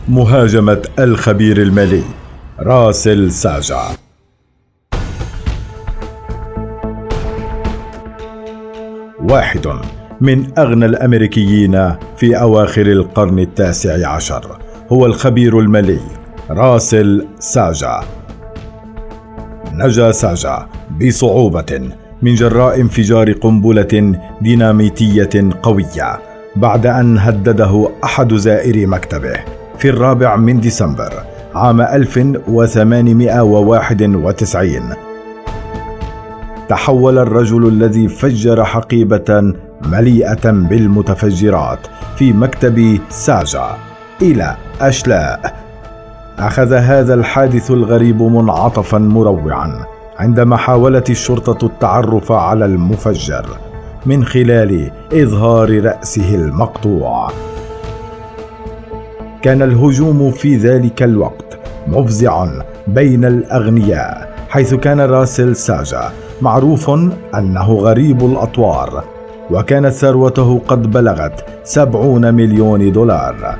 مهاجمة الخبير المالي راسل ساجا. واحد من أغنى الأمريكيين في أواخر القرن التاسع عشر هو الخبير المالي راسل ساجا. نجا ساجا بصعوبة من جراء انفجار قنبلة ديناميتية قوية بعد أن هدده أحد زائري مكتبه في 4 ديسمبر عام 1891. تحول الرجل الذي فجر حقيبة مليئة بالمتفجرات في مكتب ساجا إلى أشلاء. أخذ هذا الحادث الغريب منعطفا مروعا عندما حاولت الشرطة التعرف على المفجر من خلال إظهار رأسه المقطوع. كان الهجوم في ذلك الوقت مفزعا بين الأغنياء، حيث كان راسل ساجا معروف أنه غريب الأطوار، وكانت ثروته قد بلغت 70 مليون دولار.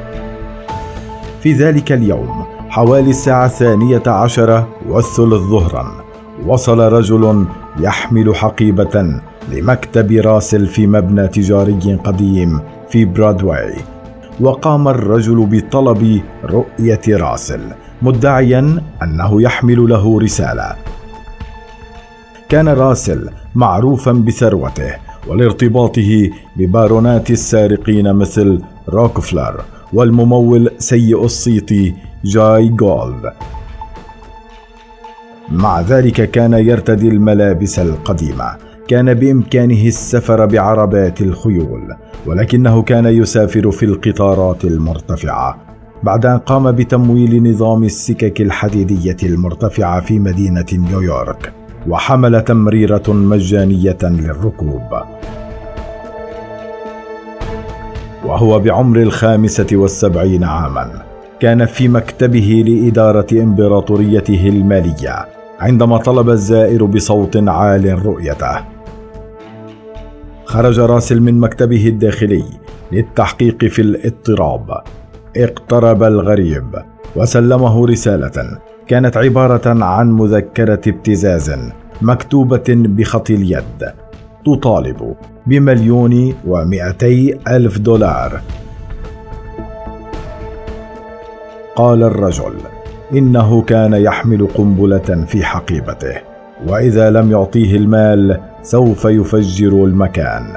في ذلك اليوم حوالي الساعة 12:30 ظهرا وصل رجل يحمل حقيبة لمكتب راسل في مبنى تجاري قديم في برودواي، وقام الرجل بطلب رؤية راسل مدعيا أنه يحمل له رسالة. كان راسل معروفا بثروته ولارتباطه ببارونات السارقين مثل روكفلر والممول سيء الصيت جاي جولد. مع ذلك كان يرتدي الملابس القديمة. كان بإمكانه السفر بعربات الخيول، ولكنه كان يسافر في القطارات المرتفعة بعد أن قام بتمويل نظام السكك الحديدية المرتفعة في مدينة نيويورك، وحمل تمريرة مجانية للركوب. وهو بعمر 75 عاما كان في مكتبه لإدارة إمبراطوريته المالية عندما طلب الزائر بصوت عال رؤيته. خرج راسل من مكتبه الداخلي للتحقيق في الاضطراب. اقترب الغريب وسلمه رسالة كانت عبارة عن مذكرة ابتزاز مكتوبة بخط اليد تطالب ب1,200,000 دولار. قال الرجل إنه كان يحمل قنبلة في حقيبته، وإذا لم يعطيه المال سوف يفجر المكان.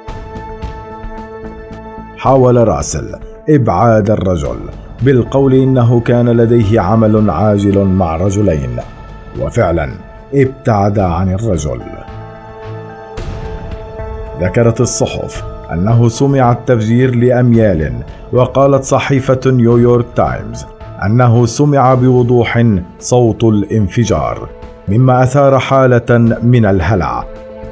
حاول راسل إبعاد الرجل بالقول إنه كان لديه عمل عاجل مع رجلين، وفعلا ابتعد عن الرجل. ذكرت الصحف أنه سمع التفجير لأميال، وقالت صحيفة نيويورك تايمز أنه سمع بوضوح صوت الانفجار، مما أثار حالة من الهلع.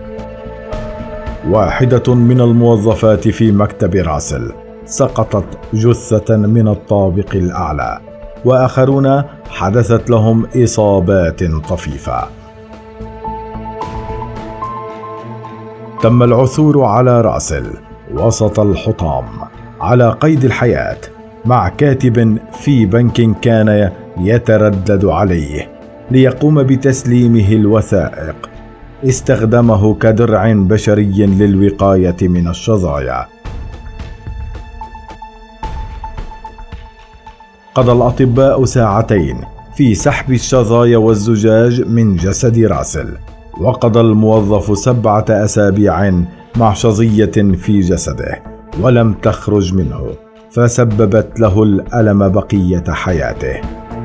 واحدة من الموظفات في مكتب راسل سقطت جثة من الطابق الأعلى، وآخرون حدثت لهم إصابات طفيفة. تم العثور على راسل وسط الحطام على قيد الحياة مع كاتب في بنك كان يتردد عليه ليقوم بتسليمه الوثائق. استخدمه كدرع بشري للوقاية من الشظايا. قضى الأطباء ساعتين في سحب الشظايا والزجاج من جسد راسل، وقضى الموظف 7 أسابيع مع شظية في جسده ولم تخرج منه، فسببت له الألم بقية حياته.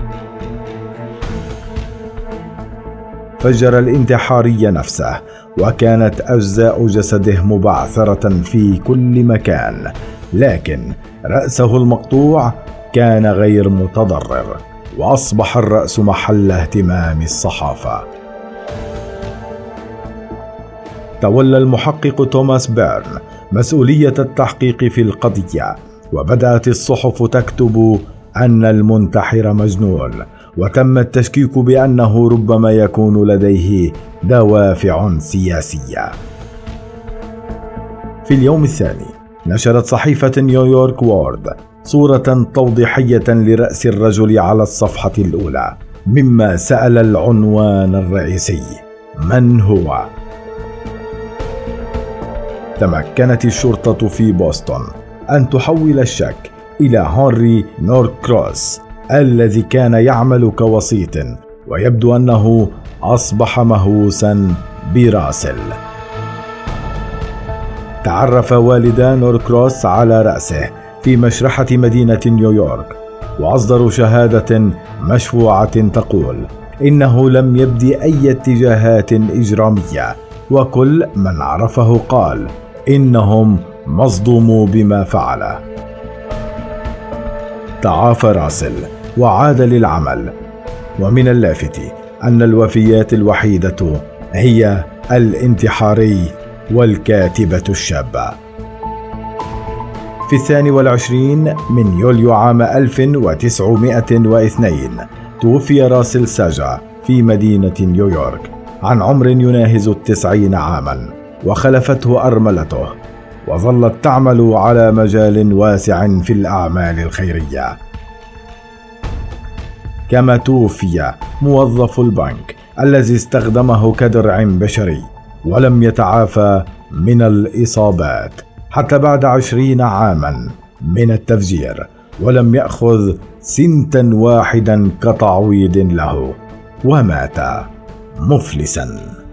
فجر الانتحاري نفسه، وكانت أجزاء جسده مبعثرة في كل مكان، لكن رأسه المقطوع كان غير متضرر، وأصبح الرأس محل اهتمام الصحافة. تولى المحقق توماس بيرن مسؤولية التحقيق في القضية، وبدأت الصحف تكتب أن المنتحر مجنون، وتم التشكيك بأنه ربما يكون لديه دوافع سياسية. في اليوم الثاني نشرت صحيفة نيويورك وورد صورة توضيحية لرأس الرجل على الصفحة الأولى، مما سأل العنوان الرئيسي: من هو؟ تمكنت الشرطة في بوسطن أن تحول الشك إلى هنري نوركروس الذي كان يعمل كوسيط، ويبدو أنه أصبح مهووسا براسل. تعرف والدا نوركروس على رأسه في مشرحة مدينة نيويورك، وأصدروا شهادة مشفوعة تقول إنه لم يبدي أي اتجاهات إجرامية، وكل من عرفه قال إنهم مصدوموا بما فعله. تعافى راسل وعاد للعمل، ومن اللافت أن الوفيات الوحيدة هي الانتحاري والكاتبة الشابة. في 22 من يوليو عام 1902 توفي راسل ساجا في مدينة نيويورك عن عمر يناهز 90 عاما، وخلفته أرملته، وظلت تعمل على مجال واسع في الأعمال الخيرية. كما توفي موظف البنك الذي استخدمه كدرع بشري، ولم يتعافى من الإصابات حتى بعد 20 عاما من التفجير، ولم يأخذ سنتا واحدا كتعويض له، ومات مفلسا.